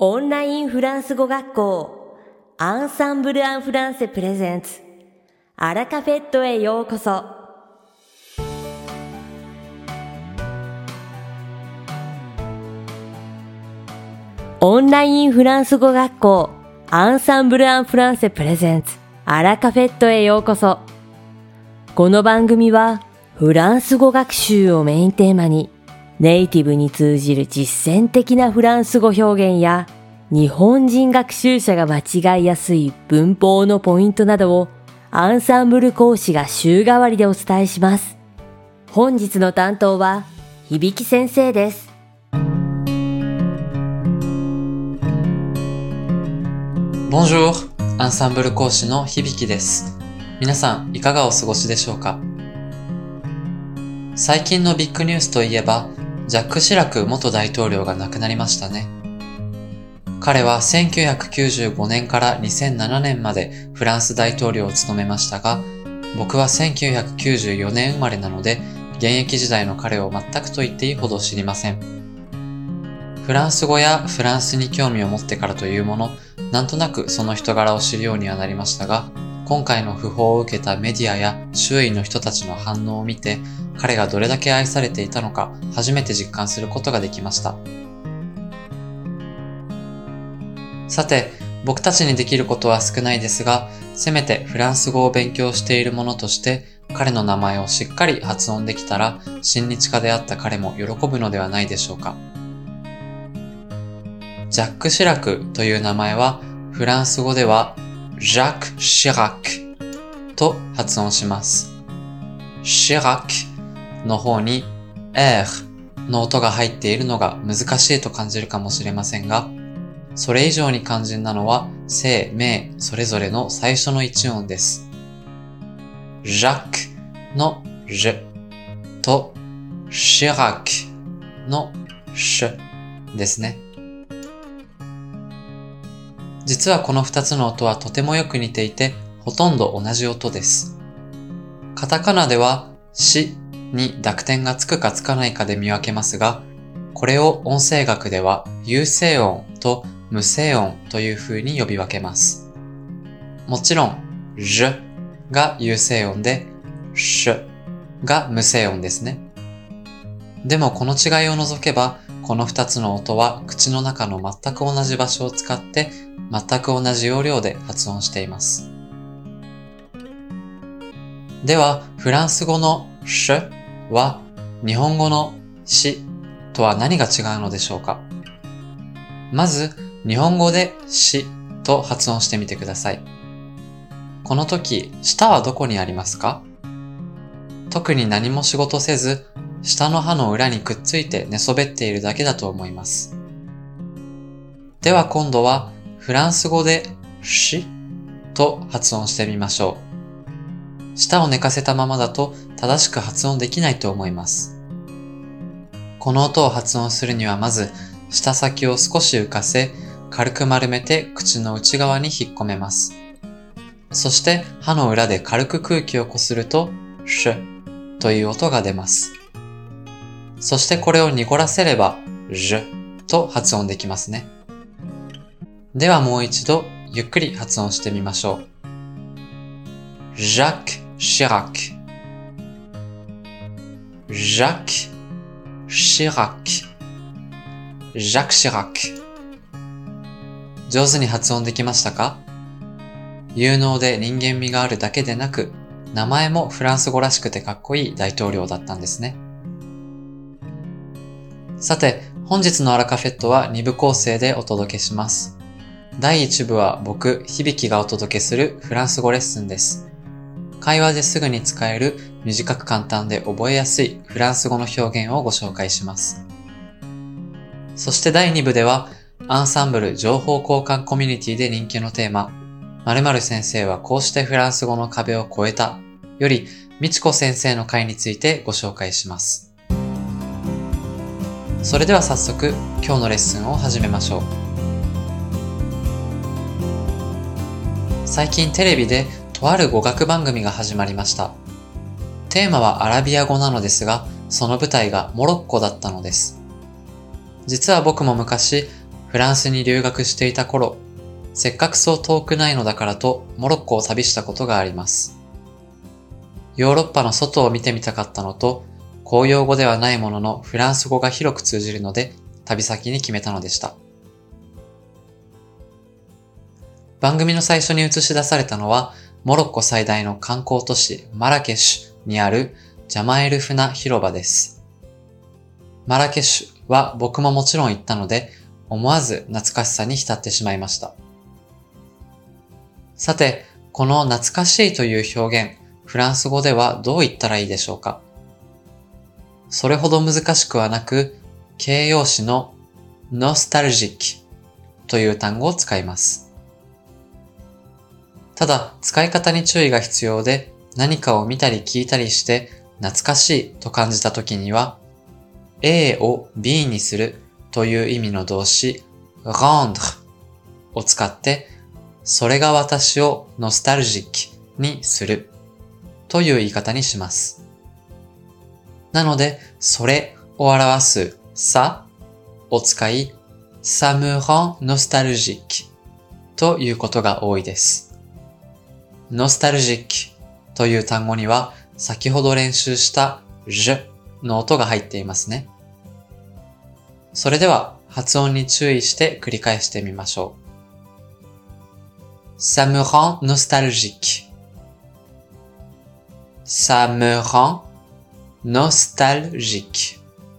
オンラインフランス語学校アンサンブル・アン・フランセプレゼンツアラカフェットへようこそ。オンラインフランス語学校アンサンブル・アン・フランセプレゼンツアラカフェットへようこそ。この番組はフランス語学習をメインテーマにネイティブに通じる実践的なフランス語表現や日本人学習者が間違いやすい文法のポイントなどをアンサンブル講師が週替わりでお伝えします。本日の担当は響先生です。 Bonjour、アンサンブル講師の響です。皆さんいかがお過ごしでしょうか？最近のビッグニュースといえば、ジャック・シラク元大統領が亡くなりましたね。彼は1995年から2007年までフランス大統領を務めましたが、僕は1994年生まれなので、現役時代の彼を全くと言っていいほど知りません。フランス語やフランスに興味を持ってからというもの、なんとなくその人柄を知るようにはなりましたが、今回の訃報を受けたメディアや周囲の人たちの反応を見て、彼がどれだけ愛されていたのか初めて実感することができました。さて、僕たちにできることは少ないですが、せめてフランス語を勉強している者として、彼の名前をしっかり発音できたら、親日家であった彼も喜ぶのではないでしょうか。ジャック・シラクという名前は、フランス語では、ジャック・シラクと発音します。シラクの方に R の音が入っているのが難しいと感じるかもしれませんが、それ以上に肝心なのは姓名それぞれの最初の一音です。ジャックの J とシラクの Sh ですね。実はこの2つの音はとてもよく似ていて、ほとんど同じ音です。カタカナではしに濁点がつくかつかないかで見分けますが、これを音声学では有声音と無声音という風に呼び分けます。もちろん、je が有声音で、sh が無声音ですね。でもこの違いを除けば、この2つの音は口の中の全く同じ場所を使って全く同じ要領で発音しています。では、フランス語の sh は日本語のしとは何が違うのでしょうか？まず、日本語でしと発音してみてください。この時、舌はどこにありますか？特に何も仕事せず、下の歯の裏にくっついて寝そべっているだけだと思います。では今度はフランス語でしと発音してみましょう。舌を寝かせたままだと正しく発音できないと思います。この音を発音するにはまず舌先を少し浮かせ、軽く丸めて口の内側に引っ込めます。そして歯の裏で軽く空気をこするとシュという音が出ます。そしてこれを濁らせれば、ジュと発音できますね。ではもう一度、ゆっくり発音してみましょう。ジャック・シラク。ジャック・シラク。ジャック・シラク。上手に発音できましたか？有能で人間味があるだけでなく、名前もフランス語らしくてかっこいい大統領だったんですね。さて、本日のアラカフェットは2部構成でお届けします。第1部は僕、響がお届けするフランス語レッスンです。会話ですぐに使える短く簡単で覚えやすいフランス語の表現をご紹介します。そして第2部では、アンサンブル情報交換コミュニティで人気のテーマ、〇〇先生はこうしてフランス語の壁を越えたより、みちこ先生の回についてご紹介します。それでは早速、今日のレッスンを始めましょう。最近テレビでとある語学番組が始まりました。テーマはアラビア語なのですが、その舞台がモロッコだったのです。実は僕も昔、 フランスに留学していた頃、せっかくそう遠くないのだからとモロッコを旅したことがあります。ヨーロッパの外を見てみたかったのと、公用語ではないもののフランス語が広く通じるので、旅先に決めたのでした。番組の最初に映し出されたのは、モロッコ最大の観光都市マラケシュにあるジャマエルフナ広場です。マラケシュは僕ももちろん行ったので、思わず懐かしさに浸ってしまいました。さて、この懐かしいという表現、フランス語ではどう言ったらいいでしょうか。それほど難しくはなく、形容詞のノスタルジックという単語を使います。ただ、使い方に注意が必要で、何かを見たり聞いたりして懐かしいと感じたときには、A を B にするという意味の動詞 rendre を使って、それが私をノスタルジックにするという言い方にします。なので、それを表すçaを使い、ça me rend nostalgique ということが多いです。ノスタルジックという単語には先ほど練習したjeの音が入っていますね。それでは発音に注意して繰り返してみましょう。Ça me rend nostalgique. Ça me rend nostalgique.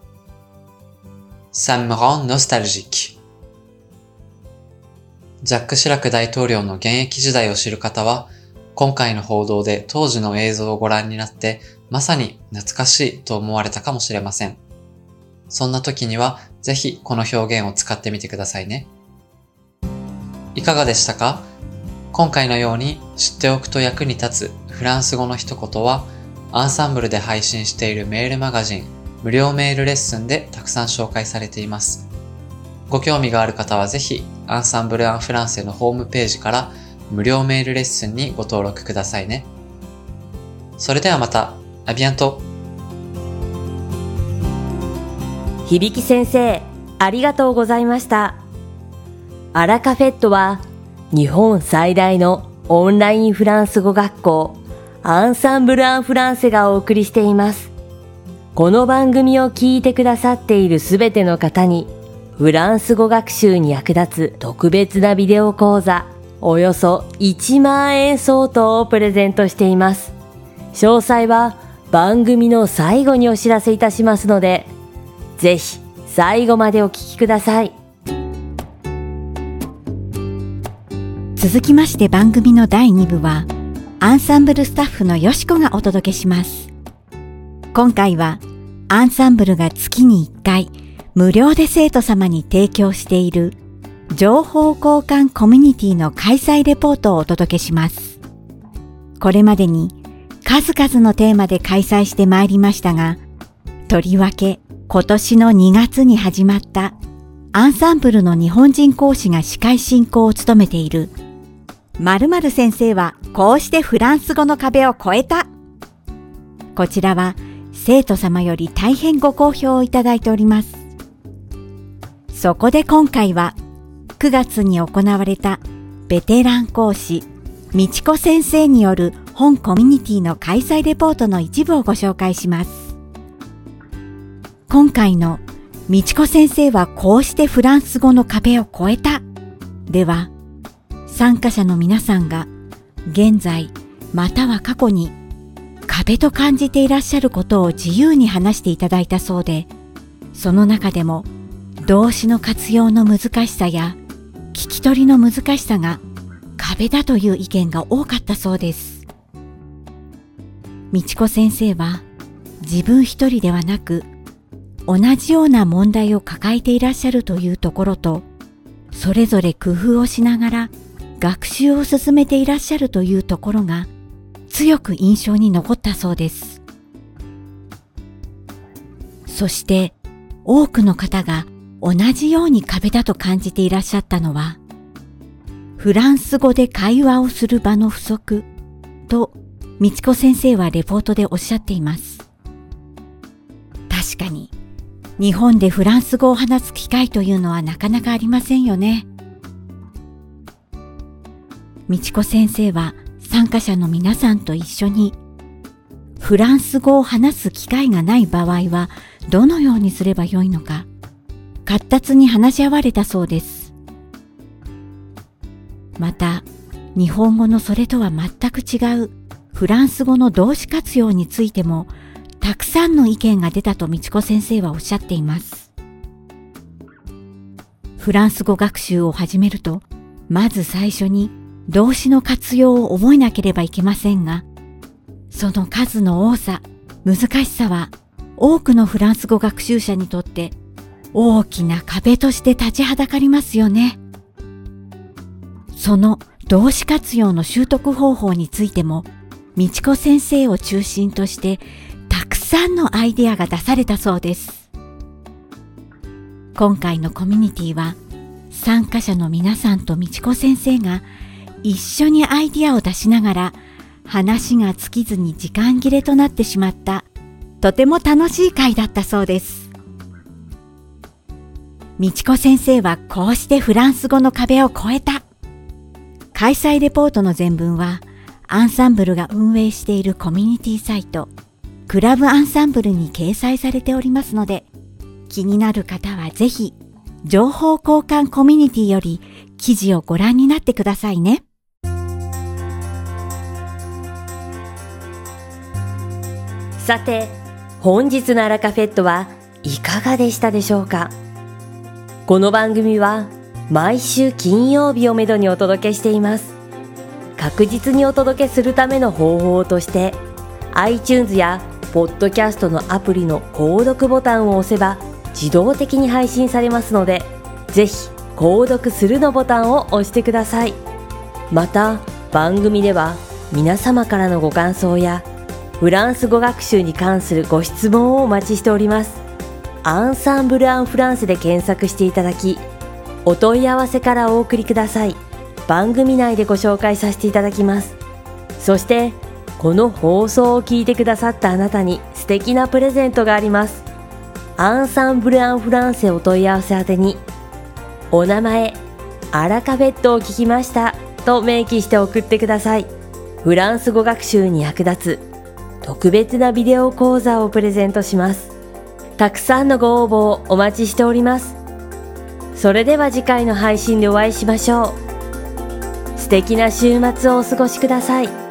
Ça me rend nostalgique. ジャック・シラク大統領の現役時代を知る方は、今回の報道で当時の映像をご覧になって、まさに懐かしいと思われたかもしれません。そんな時には、ぜひこの表現を使ってみてくださいね。いかがでしたか？今回のように知っておくと役に立つフランス語の一言は、アンサンブルで配信しているメールマガジン、無料メールレッスンでたくさん紹介されています。ご興味がある方はぜひ、アンサンブル・アン・フランセのホームページから無料メールレッスンにご登録くださいね。それではまた、アビアント。 響先生、ありがとうございました。アラカフェットは、日本最大のオンラインフランス語学校、アンサンブル・アン・フランセがお送りしています。この番組を聞いてくださっているすべての方に、フランス語学習に役立つ特別なビデオ講座、およそ1万円相当をプレゼントしています。詳細は番組の最後にお知らせいたしますので、ぜひ最後までお聞きください。 続きまして番組の第2部は、アンサンブルスタッフのよしこがお届けします。今回は、アンサンブルが月に1回、無料で生徒様に提供している、情報交換コミュニティの開催レポートをお届けします。これまでに、数々のテーマで開催してまいりましたが、とりわけ今年の2月に始まった、アンサンブルの日本人講師が司会進行を務めている、〇〇先生はこうしてフランス語の壁を越えた。こちらは生徒様より大変ご好評をいただいております。そこで今回は9月に行われたベテラン講師みちこ先生による本コミュニティの開催レポートの一部をご紹介します。今回のみちこ先生はこうしてフランス語の壁を越えたでは、参加者の皆さんが現在または過去に壁と感じていらっしゃることを自由に話していただいたそうで、その中でも動詞の活用の難しさや聞き取りの難しさが壁だという意見が多かったそうです。みちこ先生は自分一人ではなく同じような問題を抱えていらっしゃるというところと、それぞれ工夫をしながら学習を進めていらっしゃるというところが強く印象に残ったそうです。そして多くの方が同じように壁だと感じていらっしゃったのは、フランス語で会話をする場の不足とみちこ先生はレポートでおっしゃっています。確かに日本でフランス語を話す機会というのはなかなかありませんよね。美智子先生は参加者の皆さんと一緒にフランス語を話す機会がない場合はどのようにすればよいのか、闊達に話し合われたそうです。また、日本語のそれとは全く違うフランス語の動詞活用についてもたくさんの意見が出たと美智子先生はおっしゃっています。フランス語学習を始めると、まず最初に動詞の活用を覚えなければいけませんが、その数の多さ、難しさは多くのフランス語学習者にとって大きな壁として立ちはだかりますよね。その動詞活用の習得方法についても、美智子先生を中心としてたくさんのアイデアが出されたそうです。今回のコミュニティは、参加者の皆さんと美智子先生が一緒にアイデアを出しながら、話が尽きずに時間切れとなってしまった、とても楽しい会だったそうです。美智子先生はこうしてフランス語の壁を越えた。開催レポートの全文は、アンサンブルが運営しているコミュニティサイト、クラブアンサンブルに掲載されておりますので、気になる方はぜひ、情報交換コミュニティより記事をご覧になってくださいね。 さて、本日のアラカフェットはいかがでしたでしょうか。この番組は毎週金曜日をめどにお届けしています。確実にお届けするための方法として、iTunes やポッドキャストのアプリの購読ボタンを押せば自動的に配信されますので、ぜひ購読するのボタンを押してください。また、番組では皆様からのご感想やフランス語学習に関するご質問をお待ちしております。アンサンブル・アン・フランセで検索していただき、お問い合わせからお送りください。番組内でご紹介させていただきます。そして、この放送を聞いてくださったあなたに素敵なプレゼントがあります。アンサンブル・アン・フランセお問い合わせ宛てに、お名前、アラカフェットを聞きましたと明記して送ってください。フランス語学習に役立つ特別なビデオ講座をプレゼントします。たくさんのご応募をお待ちしております。それでは次回の配信でお会いしましょう。素敵な週末をお過ごしください。